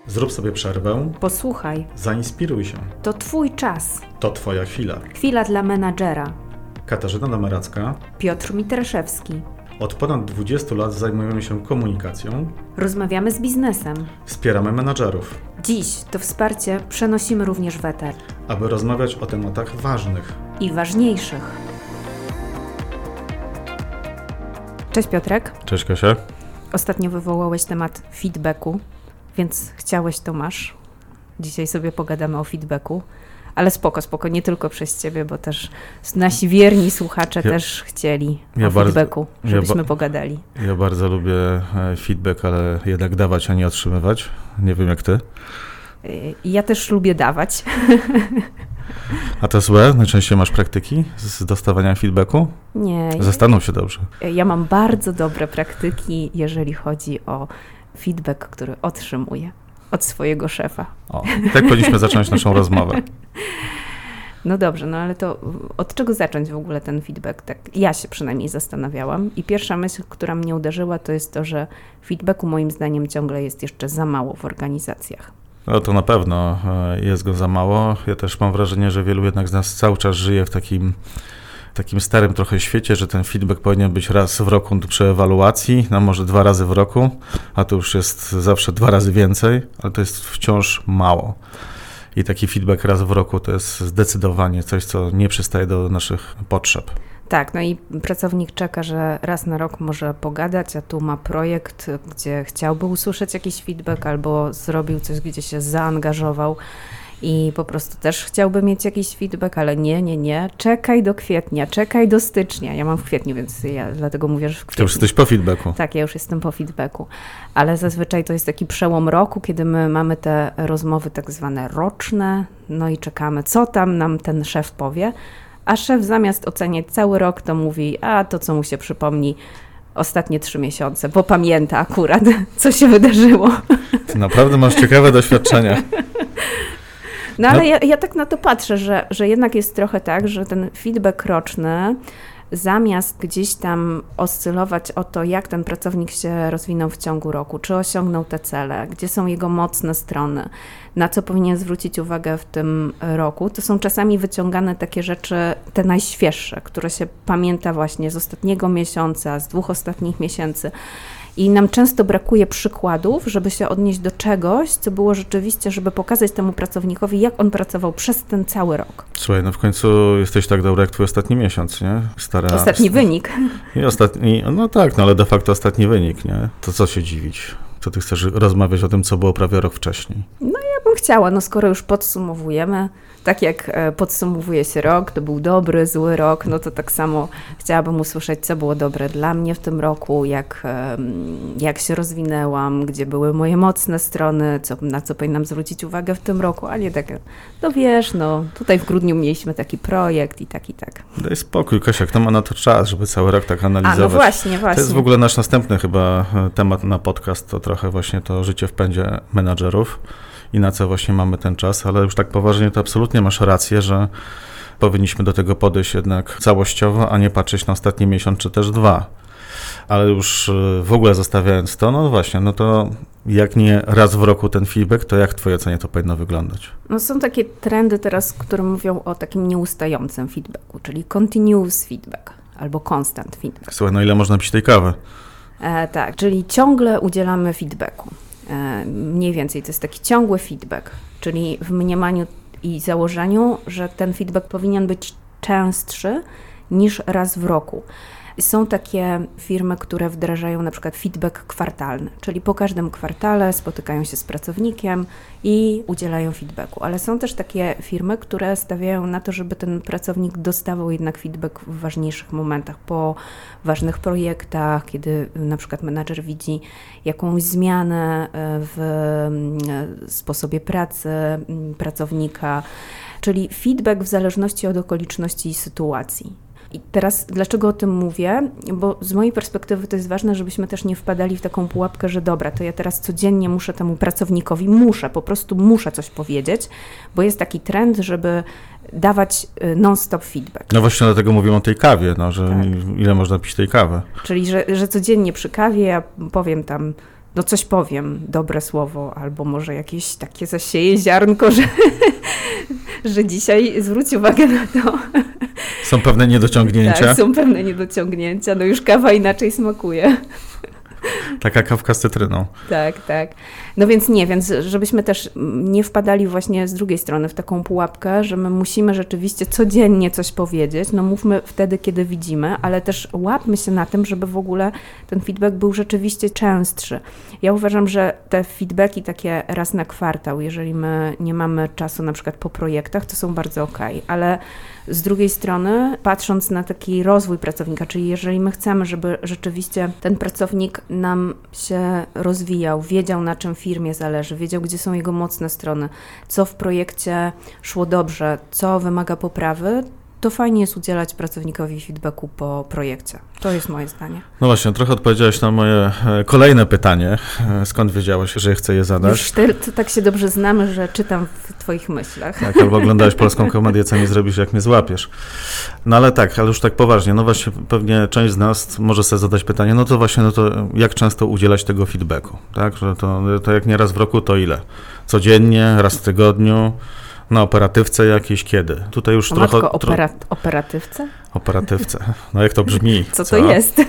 Zrób sobie przerwę. Posłuchaj. Zainspiruj się. To Twój czas. To Twoja chwila. Chwila dla menadżera. Katarzyna Dameracka. Piotr Mitraszewski. Od ponad 20 lat zajmujemy się komunikacją. Rozmawiamy z biznesem. Wspieramy menadżerów. Dziś to wsparcie przenosimy również w eter. Aby rozmawiać o tematach ważnych. I ważniejszych. Cześć Piotrek. Cześć Kasia. Ostatnio wywołałeś temat feedbacku, więc chciałeś, to masz. Dzisiaj sobie pogadamy o feedbacku. Ale spoko, nie tylko przez Ciebie, bo też nasi wierni słuchacze też chcieli o feedbacku, żebyśmy pogadali. Ja bardzo lubię feedback, ale jednak dawać, a nie otrzymywać. Nie wiem jak Ty. Ja też lubię dawać. A to złe? Najczęściej masz praktyki z dostawania feedbacku? Nie. Zastanów się dobrze. Ja mam bardzo dobre praktyki, jeżeli chodzi o feedback, który otrzymuję od swojego szefa. O, tak powinniśmy zacząć naszą rozmowę. No dobrze, no ale to od czego zacząć w ogóle ten feedback? Tak ja się przynajmniej zastanawiałam i pierwsza myśl, która mnie uderzyła, to jest to, że feedbacku moim zdaniem ciągle jest jeszcze za mało w organizacjach. No to na pewno jest go za mało. Ja też mam wrażenie, że wielu jednak z nas cały czas żyje w takim starym trochę świecie, że ten feedback powinien być raz w roku przy ewaluacji, no może 2 razy w roku, a to już jest zawsze 2 razy więcej, ale to jest wciąż mało. I taki feedback raz w roku to jest zdecydowanie coś, co nie przystaje do naszych potrzeb. Tak, no i pracownik czeka, że raz na rok może pogadać, a tu ma projekt, gdzie chciałby usłyszeć jakiś feedback albo zrobił coś, gdzie się zaangażował i po prostu też chciałby mieć jakiś feedback, ale nie, czekaj do kwietnia, czekaj do stycznia. Ja mam w kwietniu, więc ja dlatego mówię, że w kwietniu. Ty już jesteś po feedbacku. Tak, ja już jestem po feedbacku, ale zazwyczaj to jest taki przełom roku, kiedy my mamy te rozmowy tak zwane roczne, no i czekamy, co tam nam ten szef powie, a szef zamiast oceniać cały rok, to mówi, a to co mu się przypomni ostatnie 3 miesiące, bo pamięta akurat, co się wydarzyło. Ty naprawdę masz ciekawe doświadczenia. No ale ja tak na to patrzę, że jednak jest trochę tak, że ten feedback roczny, zamiast gdzieś tam oscylować o to, jak ten pracownik się rozwinął w ciągu roku, czy osiągnął te cele, gdzie są jego mocne strony, na co powinien zwrócić uwagę w tym roku, to są czasami wyciągane takie rzeczy, te najświeższe, które się pamięta właśnie z ostatniego miesiąca, z 2 ostatnich miesięcy. I nam często brakuje przykładów, żeby się odnieść do czegoś, co było rzeczywiście, żeby pokazać temu pracownikowi, jak on pracował przez ten cały rok. Słuchaj, no w końcu jesteś tak dobry jak twój ostatni miesiąc, nie? Ostatni wynik. I ostatni, no tak, no ale de facto ostatni wynik, nie? To co się dziwić? Co ty chcesz rozmawiać o tym, co było prawie rok wcześniej? No ja bym chciała, no skoro już podsumowujemy, tak jak podsumowuje się rok, to był dobry, zły rok, no to tak samo chciałabym usłyszeć, co było dobre dla mnie w tym roku, jak się rozwinęłam, gdzie były moje mocne strony, na co powinnam zwrócić uwagę w tym roku, a nie tak, no wiesz, no tutaj w grudniu mieliśmy taki projekt i tak. Daj spokój, Kasia, kto ma na to czas, żeby cały rok tak analizować? A no właśnie. To jest w ogóle nasz następny chyba temat na podcast, to trochę właśnie to życie w pędzie menadżerów. I na co właśnie mamy ten czas, ale już tak poważnie to absolutnie masz rację, że powinniśmy do tego podejść jednak całościowo, a nie patrzeć na ostatni miesiąc czy też 2. Ale już w ogóle zostawiając to, no właśnie, no to jak nie raz w roku ten feedback, to jak w twojej ocenie to powinno wyglądać? No są takie trendy teraz, które mówią o takim nieustającym feedbacku, czyli continuous feedback albo constant feedback. Słuchaj, no ile można pić tej kawy? Tak, czyli ciągle udzielamy feedbacku. Mniej więcej to jest taki ciągły feedback, czyli w mniemaniu i założeniu, że ten feedback powinien być częstszy niż raz w roku. Są takie firmy, które wdrażają na przykład feedback kwartalny, czyli po każdym kwartale spotykają się z pracownikiem i udzielają feedbacku, ale są też takie firmy, które stawiają na to, żeby ten pracownik dostawał jednak feedback w ważniejszych momentach, po ważnych projektach, kiedy na przykład menadżer widzi jakąś zmianę w sposobie pracy pracownika, czyli feedback w zależności od okoliczności i sytuacji. I teraz dlaczego o tym mówię? Bo z mojej perspektywy to jest ważne, żebyśmy też nie wpadali w taką pułapkę, że dobra, to ja teraz codziennie muszę temu pracownikowi, po prostu muszę coś powiedzieć, bo jest taki trend, żeby dawać non-stop feedback. No właśnie dlatego mówimy o tej kawie, no, że tak. Ile można pić tej kawy. Czyli, że codziennie przy kawie ja powiem tam no coś powiem, dobre słowo, albo może jakieś takie zasieję ziarnko, że dzisiaj zwróć uwagę na to. Są pewne niedociągnięcia. Tak, są pewne niedociągnięcia. No już kawa inaczej smakuje. Taka kawka z cytryną. Tak, tak. No więc żebyśmy też nie wpadali właśnie z drugiej strony w taką pułapkę, że my musimy rzeczywiście codziennie coś powiedzieć, no mówmy wtedy, kiedy widzimy, ale też łapmy się na tym, żeby w ogóle ten feedback był rzeczywiście częstszy. Ja uważam, że te feedbacki takie raz na kwartał, jeżeli my nie mamy czasu na przykład po projektach, to są bardzo okej, ale z drugiej strony, patrząc na taki rozwój pracownika, czyli jeżeli my chcemy, żeby rzeczywiście ten pracownik nam się rozwijał, wiedział, na czym firmie zależy, wiedział, gdzie są jego mocne strony, co w projekcie szło dobrze, co wymaga poprawy, to fajnie jest udzielać pracownikowi feedbacku po projekcie. To jest moje zdanie. No właśnie, trochę odpowiedziałeś na moje kolejne pytanie. Skąd wiedziałeś, że chcę je zadać? Już tak się dobrze znamy, że czytam w twoich myślach. Tak, albo oglądałeś polską komedię, co mi zrobisz, jak mnie złapiesz. No ale już tak poważnie, no właśnie pewnie część z nas może sobie zadać pytanie, no to jak często udzielać tego feedbacku, tak? Że to jak nie raz w roku, to ile? Codziennie, raz w tygodniu? Na operatywce jakiejś kiedy? Tutaj już Operatywce? Operatywce. No jak to brzmi? Co to jest?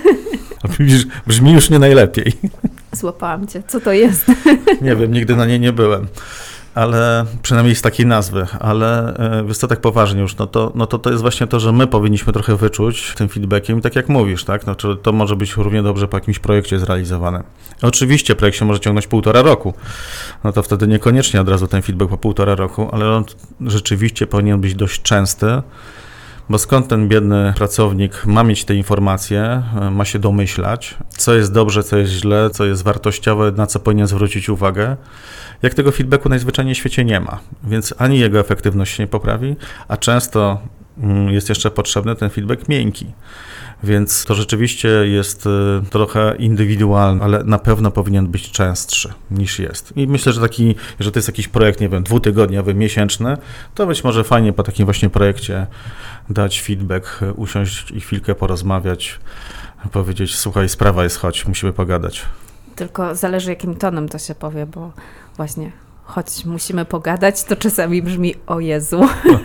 Brzmi już nie najlepiej. Złapałam cię. Co to jest? Nie wiem, nigdy na niej nie byłem. Ale przynajmniej z takiej nazwy, ale wiesz co, tak poważnie już, to jest właśnie to, że my powinniśmy trochę wyczuć tym feedbackiem i tak jak mówisz, tak, no, czy to może być równie dobrze po jakimś projekcie zrealizowane. Oczywiście projekt się może ciągnąć 1,5 roku, no to wtedy niekoniecznie od razu ten feedback po 1,5 roku, ale on rzeczywiście powinien być dość częsty, bo skąd ten biedny pracownik ma mieć te informacje, ma się domyślać, co jest dobrze, co jest źle, co jest wartościowe, na co powinien zwrócić uwagę, jak tego feedbacku najzwyczajniej w świecie nie ma, więc ani jego efektywność się nie poprawi, a często jest jeszcze potrzebny ten feedback miękki. Więc to rzeczywiście jest trochę indywidualne, ale na pewno powinien być częstszy niż jest. I myślę, że że to jest jakiś projekt, nie wiem, 2-tygodniowy, miesięczny, to być może fajnie po takim właśnie projekcie dać feedback, usiąść i chwilkę porozmawiać, powiedzieć, słuchaj, sprawa jest, chodź, musimy pogadać. Tylko zależy, jakim tonem to się powie, bo właśnie choć musimy pogadać, to czasami brzmi, o Jezu,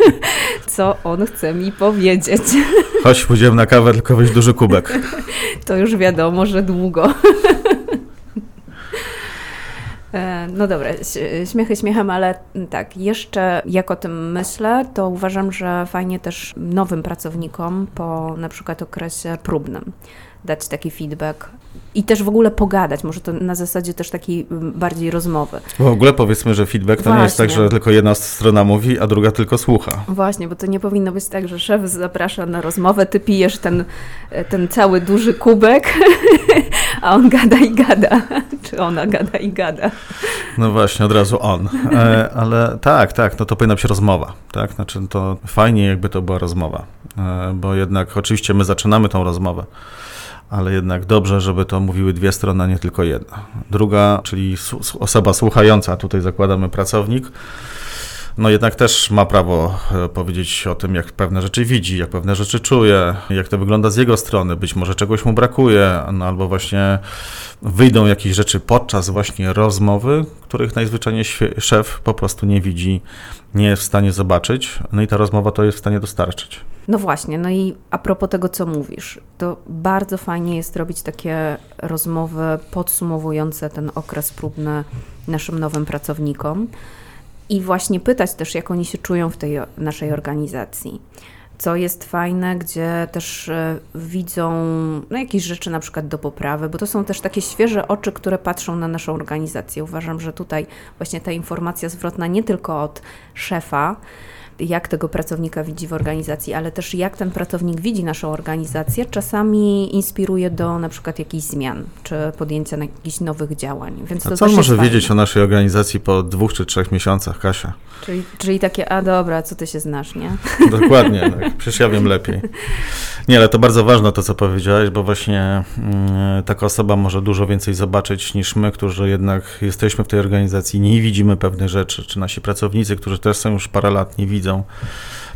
co on chce mi powiedzieć. Chodź, pójdziemy na kawę, tylko weź duży kubek. To już wiadomo, że długo. No dobra, śmiechy śmiechem, ale tak, jeszcze jak o tym myślę, to uważam, że fajnie też nowym pracownikom po na przykład okresie próbnym dać taki feedback i też w ogóle pogadać, może to na zasadzie też takiej bardziej rozmowy. W ogóle powiedzmy, że feedback to nie jest tak, że tylko jedna strona mówi, a druga tylko słucha. Właśnie, bo to nie powinno być tak, że szef zaprasza na rozmowę, ty pijesz ten cały duży kubek, a on gada i gada, czy ona gada i gada. No właśnie, od razu on. Ale tak, no to powinna być rozmowa, tak? Znaczy to fajnie, jakby to była rozmowa, bo jednak oczywiście my zaczynamy tą rozmowę, ale jednak dobrze, żeby to mówiły dwie strony, a nie tylko jedna. Druga, czyli osoba słuchająca, tutaj zakładamy pracownik, no jednak też ma prawo powiedzieć o tym, jak pewne rzeczy widzi, jak pewne rzeczy czuje, jak to wygląda z jego strony. Być może czegoś mu brakuje, no albo właśnie wyjdą jakieś rzeczy podczas właśnie rozmowy, których najzwyczajniej szef po prostu nie widzi, nie jest w stanie zobaczyć, no i ta rozmowa to jest w stanie dostarczyć. No właśnie, no i a propos tego, co mówisz, to bardzo fajnie jest robić takie rozmowy podsumowujące ten okres próbny naszym nowym pracownikom i właśnie pytać też, jak oni się czują w tej naszej organizacji. Co jest fajne, gdzie też widzą jakieś rzeczy na przykład do poprawy, bo to są też takie świeże oczy, które patrzą na naszą organizację. Uważam, że tutaj właśnie ta informacja zwrotna nie tylko od szefa, jak tego pracownika widzi w organizacji, ale też jak ten pracownik widzi naszą organizację, czasami inspiruje do na przykład jakichś zmian, czy podjęcia jakichś nowych działań. Więc a co on może wiedzieć o naszej organizacji po 2 czy 3 miesiącach, Kasia? Czyli takie, a dobra, co ty się znasz, nie? Dokładnie, tak. Przecież ja wiem lepiej. Nie, ale to bardzo ważne to, co powiedziałeś, bo właśnie taka osoba może dużo więcej zobaczyć niż my, którzy jednak jesteśmy w tej organizacji, nie widzimy pewnych rzeczy, czy nasi pracownicy, którzy też są już parę lat, nie widzą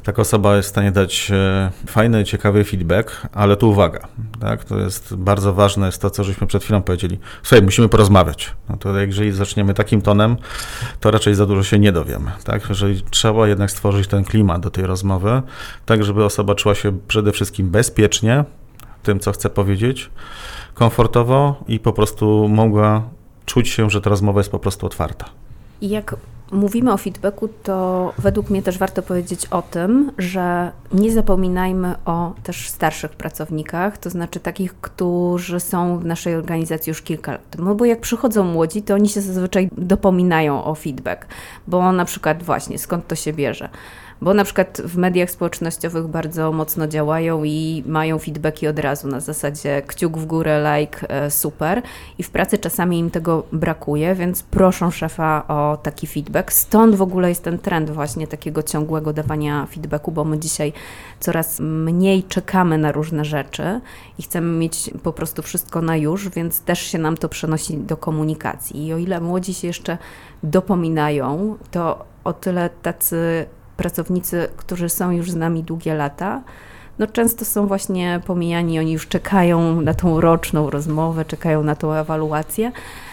taka osoba jest w stanie dać fajny, ciekawy feedback, ale tu uwaga, tak? To jest bardzo ważne, jest to, co żeśmy przed chwilą powiedzieli. Słuchaj, musimy porozmawiać. No to jeżeli zaczniemy takim tonem, to raczej za dużo się nie dowiemy, tak? Jeżeli trzeba jednak stworzyć ten klimat do tej rozmowy, tak żeby osoba czuła się przede wszystkim bezpiecznie w tym, co chce powiedzieć, komfortowo i po prostu mogła czuć się, że ta rozmowa jest po prostu otwarta. I jak mówimy o feedbacku, to według mnie też warto powiedzieć o tym, że nie zapominajmy o też starszych pracownikach, to znaczy takich, którzy są w naszej organizacji już kilka lat. No bo jak przychodzą młodzi, to oni się zazwyczaj dopominają o feedback, bo na przykład właśnie skąd to się bierze. Bo na przykład w mediach społecznościowych bardzo mocno działają i mają feedbacki od razu na zasadzie kciuk w górę, like, super. I w pracy czasami im tego brakuje, więc proszą szefa o taki feedback. Stąd w ogóle jest ten trend właśnie takiego ciągłego dawania feedbacku, bo my dzisiaj coraz mniej czekamy na różne rzeczy i chcemy mieć po prostu wszystko na już, więc też się nam to przenosi do komunikacji. I o ile młodzi się jeszcze dopominają, to o tyle tacy pracownicy, którzy są już z nami długie lata, no często są właśnie pomijani, oni już czekają na tą roczną rozmowę, czekają na tą ewaluację,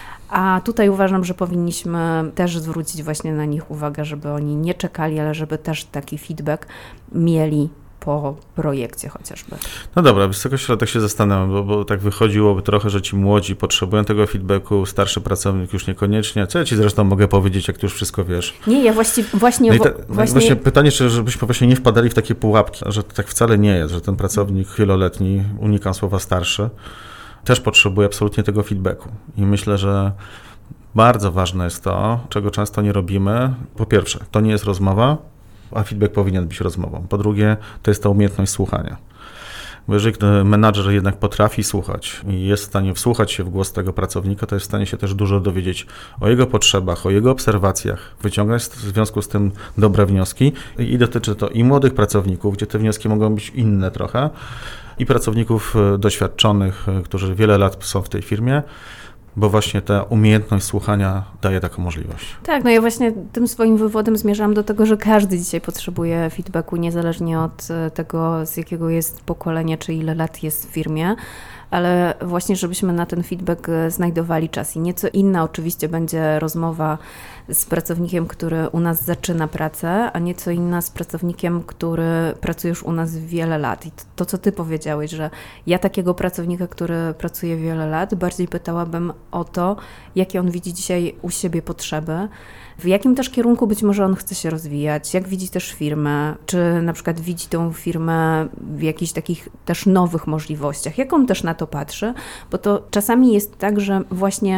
a tutaj uważam, że powinniśmy też zwrócić właśnie na nich uwagę, żeby oni nie czekali, ale żeby też taki feedback mieli po projekcie chociażby. No dobra, wysokości tak się zastanawiam, bo tak wychodziłoby trochę, że ci młodzi potrzebują tego feedbacku, starszy pracownik już niekoniecznie. Co ja ci zresztą mogę powiedzieć, jak ty już wszystko wiesz? Nie, ja właśnie... Właśnie pytanie, czy żebyśmy właśnie nie wpadali w takie pułapki, że tak wcale nie jest, że ten pracownik wieloletni, unikam słowa starszy, też potrzebuje absolutnie tego feedbacku. I myślę, że bardzo ważne jest to, czego często nie robimy. Po pierwsze, to nie jest rozmowa, a feedback powinien być rozmową. Po drugie, to jest ta umiejętność słuchania. Bo jeżeli menadżer jednak potrafi słuchać i jest w stanie wsłuchać się w głos tego pracownika, to jest w stanie się też dużo dowiedzieć o jego potrzebach, o jego obserwacjach, wyciągać w związku z tym dobre wnioski i dotyczy to i młodych pracowników, gdzie te wnioski mogą być inne trochę, i pracowników doświadczonych, którzy wiele lat są w tej firmie, bo właśnie ta umiejętność słuchania daje taką możliwość. Tak, no ja właśnie tym swoim wywodem zmierzam do tego, że każdy dzisiaj potrzebuje feedbacku, niezależnie od tego, z jakiego jest pokolenia, czy ile lat jest w firmie, ale właśnie, żebyśmy na ten feedback znajdowali czas. I nieco inna oczywiście będzie rozmowa z pracownikiem, który u nas zaczyna pracę, a nieco inna z pracownikiem, który pracuje już u nas wiele lat. I to, co ty powiedziałeś, że ja takiego pracownika, który pracuje wiele lat, bardziej pytałabym o to, jakie on widzi dzisiaj u siebie potrzeby, w jakim też kierunku być może on chce się rozwijać, jak widzi też firmę, czy na przykład widzi tą firmę w jakichś takich też nowych możliwościach, jak on też na to patrzy, bo to czasami jest tak, że właśnie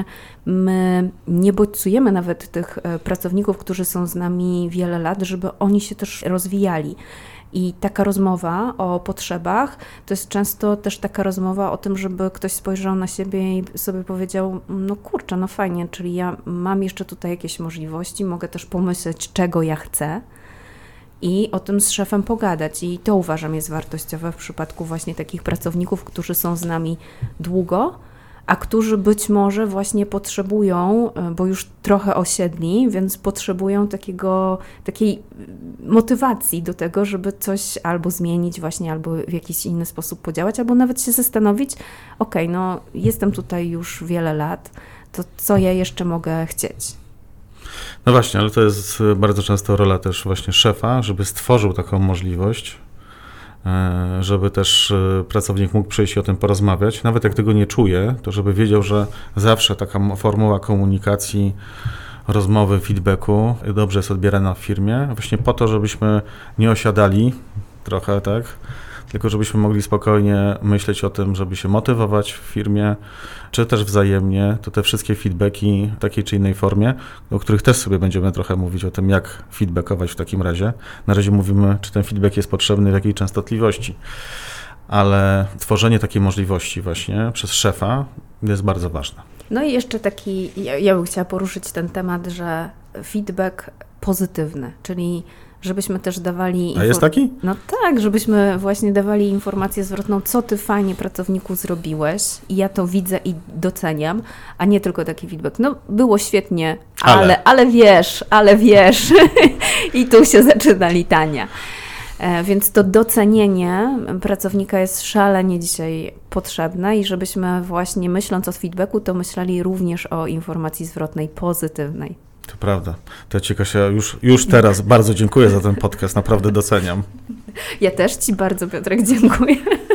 my nie bodźcujemy nawet tych pracowników, którzy są z nami wiele lat, żeby oni się też rozwijali. I taka rozmowa o potrzebach to jest często też taka rozmowa o tym, żeby ktoś spojrzał na siebie i sobie powiedział, no kurczę, no fajnie, czyli ja mam jeszcze tutaj jakieś możliwości, mogę też pomyśleć, czego ja chcę i o tym z szefem pogadać. I to uważam jest wartościowe w przypadku właśnie takich pracowników, którzy są z nami długo, a którzy być może właśnie potrzebują, bo już trochę osiedli, więc potrzebują takiej motywacji do tego, żeby coś albo zmienić właśnie, albo w jakiś inny sposób podziałać, albo nawet się zastanowić, okej, no jestem tutaj już wiele lat, to co ja jeszcze mogę chcieć? No właśnie, ale to jest bardzo często rola też właśnie szefa, żeby stworzył taką możliwość, żeby też pracownik mógł przyjść i o tym porozmawiać. Nawet jak tego nie czuje, to żeby wiedział, że zawsze taka formuła komunikacji, rozmowy, feedbacku dobrze jest odbierana w firmie, właśnie po to, żebyśmy nie osiadali trochę, tak, tylko żebyśmy mogli spokojnie myśleć o tym, żeby się motywować w firmie, czy też wzajemnie, to te wszystkie feedbacki w takiej czy innej formie, o których też sobie będziemy trochę mówić o tym, jak feedbackować w takim razie. Na razie mówimy, czy ten feedback jest potrzebny, w jakiej częstotliwości, ale tworzenie takiej możliwości właśnie przez szefa jest bardzo ważne. No i jeszcze ja bym chciała poruszyć ten temat, że feedback pozytywny, czyli żebyśmy też dawali... A jest taki? No tak, żebyśmy właśnie dawali informację zwrotną, co ty fajnie pracowniku zrobiłeś i ja to widzę i doceniam, a nie tylko taki feedback. No było świetnie, ale wiesz. I tu się zaczyna litania. Więc to docenienie pracownika jest szalenie dzisiaj potrzebne i żebyśmy właśnie myśląc o feedbacku, to myśleli również o informacji zwrotnej pozytywnej. To prawda. To Ci, Kasia, już teraz bardzo dziękuję za ten podcast, naprawdę doceniam. Ja też Ci bardzo, Piotrek, dziękuję.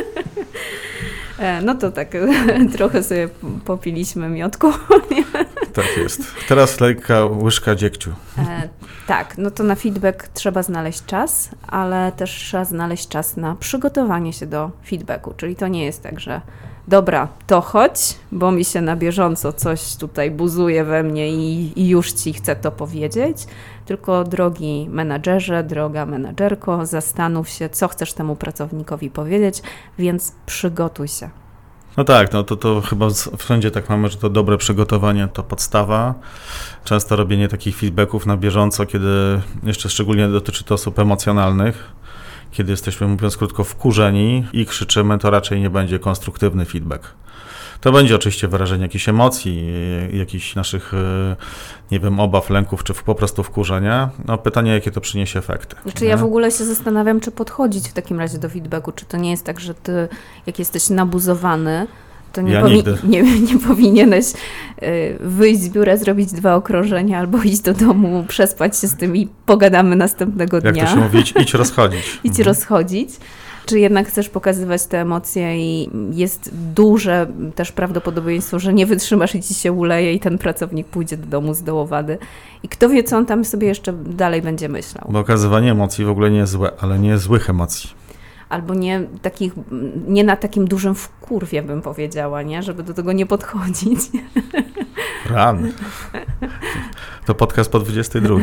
No to tak trochę sobie popiliśmy miodku. Tak jest. Teraz lekka łyżka dziegciu. Tak, no to na feedback trzeba znaleźć czas, ale też trzeba znaleźć czas na przygotowanie się do feedbacku, czyli to nie jest tak, że dobra, to chodź, bo mi się na bieżąco coś tutaj buzuje we mnie i już Ci chcę to powiedzieć, tylko drogi menadżerze, droga menadżerko, zastanów się, co chcesz temu pracownikowi powiedzieć, więc przygotuj się. No tak, no to chyba wszędzie tak mamy, że to dobre przygotowanie to podstawa. Często robienie takich feedbacków na bieżąco, kiedy jeszcze szczególnie dotyczy to osób emocjonalnych, kiedy jesteśmy, mówiąc krótko, wkurzeni i krzyczymy, to raczej nie będzie konstruktywny feedback. To będzie oczywiście wyrażenie jakichś emocji, jakichś naszych, nie wiem, obaw, lęków, czy po prostu wkurzenia. No pytanie, jakie to przyniesie efekty. Znaczy ja w ogóle się zastanawiam, czy podchodzić w takim razie do feedbacku, czy to nie jest tak, że ty, jak jesteś nabuzowany, to nie powinieneś wyjść z biura, zrobić 2 okrążenia albo iść do domu, przespać się z tym i pogadamy następnego dnia. Jak to się mówi, idź rozchodzić. Idź rozchodzić. Czy jednak chcesz pokazywać te emocje i jest duże też prawdopodobieństwo, że nie wytrzymasz i ci się uleje i ten pracownik pójdzie do domu zdołowany. I kto wie, co on tam sobie jeszcze dalej będzie myślał. Bo okazywanie emocji w ogóle nie jest złe, ale nie złych emocji. Albo nie na takim dużym wkurwie, bym powiedziała, nie? Żeby do tego nie podchodzić. Rany. To podcast po 22.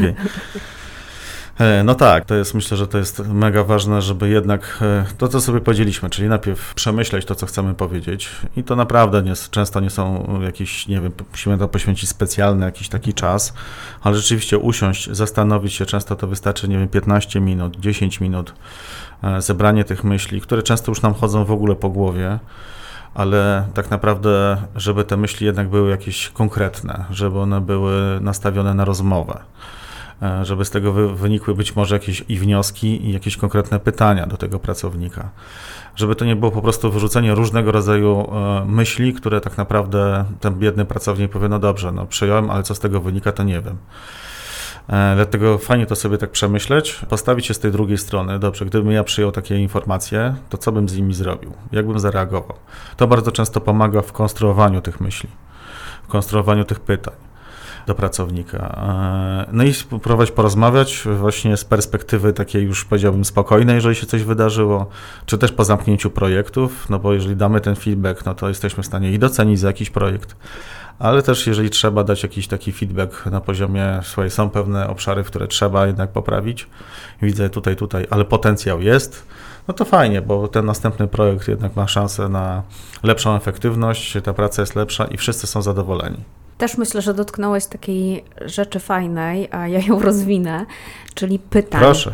No tak, myślę, że to jest mega ważne, żeby jednak to, co sobie powiedzieliśmy, czyli najpierw przemyśleć to, co chcemy powiedzieć i to naprawdę często nie są jakieś, nie wiem, musimy to poświęcić specjalny jakiś taki czas, ale rzeczywiście usiąść, zastanowić się, często to wystarczy, nie wiem, 15 minut, 10 minut, zebranie tych myśli, które często już nam chodzą w ogóle po głowie, ale tak naprawdę, żeby te myśli jednak były jakieś konkretne, żeby one były nastawione na rozmowę. Żeby z tego wynikły być może jakieś i wnioski i jakieś konkretne pytania do tego pracownika. Żeby to nie było po prostu wyrzucenie różnego rodzaju myśli, które tak naprawdę ten biedny pracownik powie, no dobrze, no przyjąłem, ale co z tego wynika, to nie wiem. Dlatego fajnie to sobie tak przemyśleć, postawić się z tej drugiej strony. Dobrze, gdybym ja przyjął takie informacje, to co bym z nimi zrobił? Jak bym zareagował? To bardzo często pomaga w konstruowaniu tych myśli, w konstruowaniu tych pytań do pracownika. No i spróbować porozmawiać właśnie z perspektywy takiej już powiedziałbym spokojnej, jeżeli się coś wydarzyło, czy też po zamknięciu projektów, no bo jeżeli damy ten feedback, no to jesteśmy w stanie i docenić za jakiś projekt, ale też jeżeli trzeba dać jakiś taki feedback na poziomie, słuchaj, są pewne obszary, które trzeba jednak poprawić, widzę tutaj, ale potencjał jest, no to fajnie, bo ten następny projekt jednak ma szansę na lepszą efektywność, ta praca jest lepsza i wszyscy są zadowoleni. Też myślę, że dotknąłeś takiej rzeczy fajnej, a ja ją rozwinę, czyli pytań. Proszę.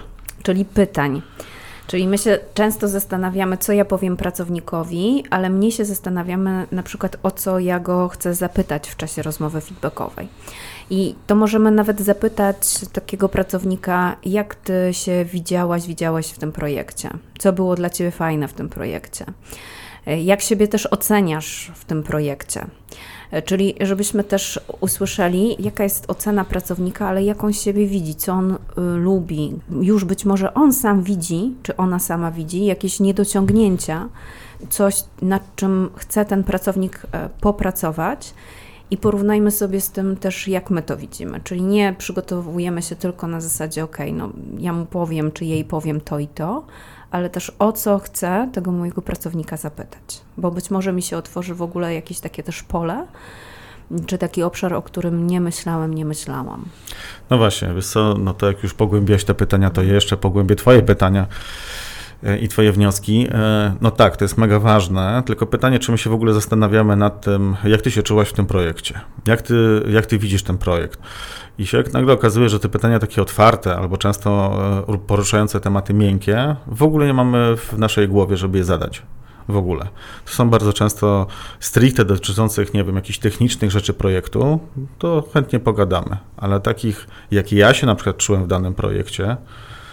Czyli my się często zastanawiamy, co ja powiem pracownikowi, ale mnie się zastanawiamy na przykład, o co ja go chcę zapytać w czasie rozmowy feedbackowej. I to możemy nawet zapytać takiego pracownika, jak ty się widziałaś w tym projekcie? Co było dla ciebie fajne w tym projekcie? Jak siebie też oceniasz w tym projekcie? Czyli żebyśmy też usłyszeli, jaka jest ocena pracownika, ale jak on siebie widzi, co on lubi. Już być może on sam widzi, czy ona sama widzi jakieś niedociągnięcia, coś, nad czym chce ten pracownik popracować i porównajmy sobie z tym też, jak my to widzimy. Czyli nie przygotowujemy się tylko na zasadzie, no ja mu powiem, czy jej powiem to i to, ale też o co chcę tego mojego pracownika zapytać, bo być może mi się otworzy w ogóle jakieś takie też pole, czy taki obszar, o którym nie myślałam. No właśnie, wiesz co, no to jak już pogłębiłaś te pytania, to ja jeszcze pogłębię twoje pytania i twoje wnioski. No tak, to jest mega ważne, tylko pytanie, czy my się w ogóle zastanawiamy nad tym, jak ty się czułaś w tym projekcie, jak ty widzisz ten projekt. I się nagle okazuje, że te pytania takie otwarte albo często poruszające tematy miękkie w ogóle nie mamy w naszej głowie, żeby je zadać. W ogóle. To są bardzo często stricte dotyczących, nie wiem, jakichś technicznych rzeczy projektu, to chętnie pogadamy, ale takich, jak ja się na przykład czułem w danym projekcie,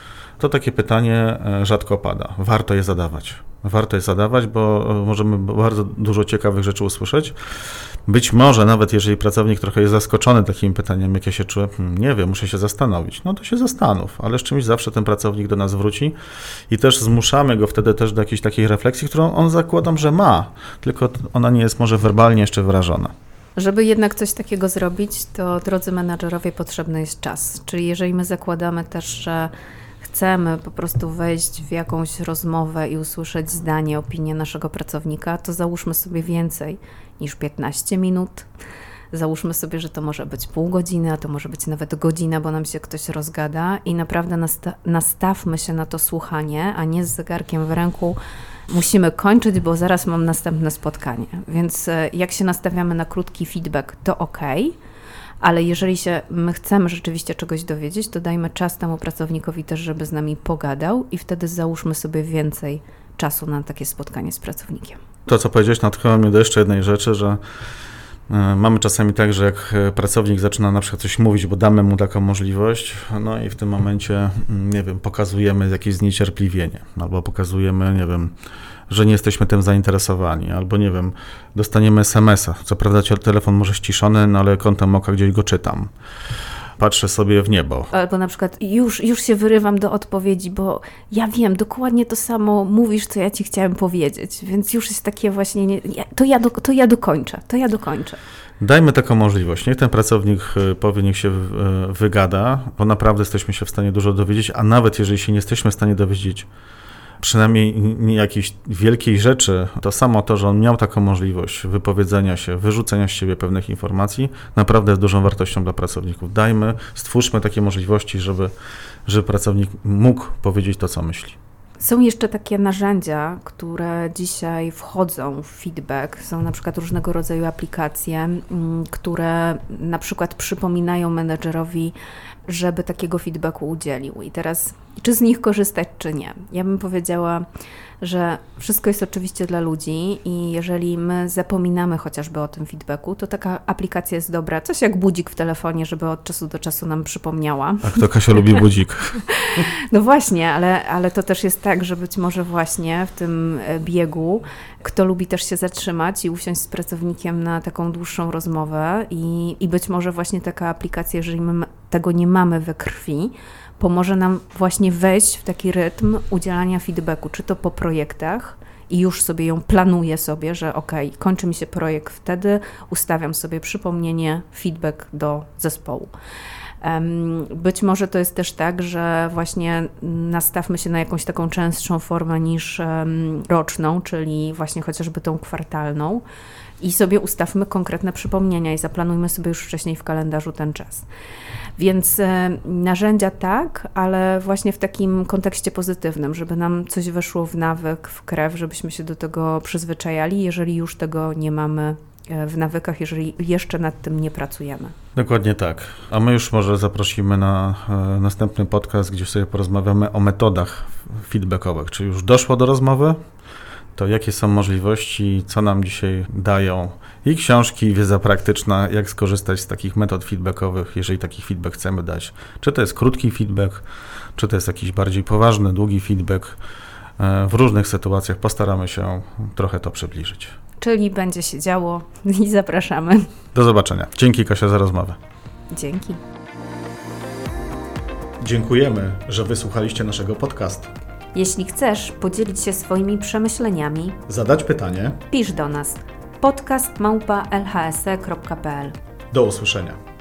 To takie pytanie rzadko pada. Warto je zadawać, bo możemy bardzo dużo ciekawych rzeczy usłyszeć. Być może nawet jeżeli pracownik trochę jest zaskoczony takim pytaniem, jak ja się czuję, nie wiem, muszę się zastanowić. No to się zastanów, ale z czymś zawsze ten pracownik do nas wróci i też zmuszamy go wtedy też do jakiejś takiej refleksji, którą on zakładam, że ma, tylko ona nie jest może werbalnie jeszcze wyrażona. Żeby jednak coś takiego zrobić, to drodzy menadżerowie, potrzebny jest czas. Czyli jeżeli my zakładamy też, że chcemy po prostu wejść w jakąś rozmowę i usłyszeć zdanie, opinię naszego pracownika, to załóżmy sobie więcej niż 15 minut. Załóżmy sobie, że to może być pół godziny, a to może być nawet godzina, bo nam się ktoś rozgada i naprawdę nastawmy się na to słuchanie, a nie z zegarkiem w ręku musimy kończyć, bo zaraz mam następne spotkanie. Więc jak się nastawiamy na krótki feedback, to okej. Ale jeżeli my chcemy rzeczywiście czegoś dowiedzieć, to dajmy czas temu pracownikowi też, żeby z nami pogadał i wtedy załóżmy sobie więcej czasu na takie spotkanie z pracownikiem. To, co powiedziałeś, natchnęło mnie do jeszcze jednej rzeczy, że mamy czasami tak, że jak pracownik zaczyna na przykład coś mówić, bo damy mu taką możliwość, no i w tym momencie, nie wiem, pokazujemy jakieś zniecierpliwienie, albo pokazujemy, nie wiem, że nie jesteśmy tym zainteresowani, albo nie wiem, dostaniemy SMS-a. Co prawda telefon może ściszony, no ale kątem oka gdzieś go czytam. Patrzę sobie w niebo. Albo na przykład już się wyrywam do odpowiedzi, bo ja wiem, dokładnie to samo mówisz, co ja ci chciałem powiedzieć, więc już jest takie właśnie, to ja dokończę. Dajmy taką możliwość. Niech ten pracownik powie, niech się wygada, bo naprawdę jesteśmy się w stanie dużo dowiedzieć, a nawet jeżeli się nie jesteśmy w stanie dowiedzieć przynajmniej nie jakiejś wielkiej rzeczy, to samo to, że on miał taką możliwość wypowiedzenia się, wyrzucenia z siebie pewnych informacji, naprawdę jest dużą wartością dla pracowników. Stwórzmy takie możliwości, żeby pracownik mógł powiedzieć to, co myśli. Są jeszcze takie narzędzia, które dzisiaj wchodzą w feedback. Są na przykład różnego rodzaju aplikacje, które na przykład przypominają menedżerowi, żeby takiego feedbacku udzielił. I teraz, czy z nich korzystać, czy nie? Ja bym powiedziała, że wszystko jest oczywiście dla ludzi i jeżeli my zapominamy chociażby o tym feedbacku, to taka aplikacja jest dobra. Coś jak budzik w telefonie, żeby od czasu do czasu nam przypomniała. A kto, Kasia, lubi budzik? No właśnie, ale to też jest tak, że być może właśnie w tym biegu kto lubi też się zatrzymać i usiąść z pracownikiem na taką dłuższą rozmowę i być może właśnie taka aplikacja, jeżeli my tego nie mamy we krwi, pomoże nam właśnie wejść w taki rytm udzielania feedbacku, czy to po projektach i już sobie ją planuję sobie, że kończy mi się projekt wtedy, ustawiam sobie przypomnienie, feedback do zespołu. Być może to jest też tak, że właśnie nastawmy się na jakąś taką częstszą formę niż roczną, czyli właśnie chociażby tą kwartalną i sobie ustawmy konkretne przypomnienia i zaplanujmy sobie już wcześniej w kalendarzu ten czas. Więc narzędzia tak, ale właśnie w takim kontekście pozytywnym, żeby nam coś weszło w nawyk, w krew, żebyśmy się do tego przyzwyczajali, jeżeli już tego nie mamy w nawykach, jeżeli jeszcze nad tym nie pracujemy. Dokładnie tak. A my już może zaprosimy na następny podcast, gdzie sobie porozmawiamy o metodach feedbackowych. Czy już doszło do rozmowy? To jakie są możliwości, co nam dzisiaj dają i książki, i wiedza praktyczna, jak skorzystać z takich metod feedbackowych, jeżeli taki feedback chcemy dać. Czy to jest krótki feedback, czy to jest jakiś bardziej poważny, długi feedback. W różnych sytuacjach postaramy się trochę to przybliżyć. Czyli będzie się działo i zapraszamy. Do zobaczenia. Dzięki, Kasia, za rozmowę. Dzięki. Dziękujemy, że wysłuchaliście naszego podcastu. Jeśli chcesz podzielić się swoimi przemyśleniami, zadać pytanie, pisz do nas podcast@lhse.pl. Do usłyszenia.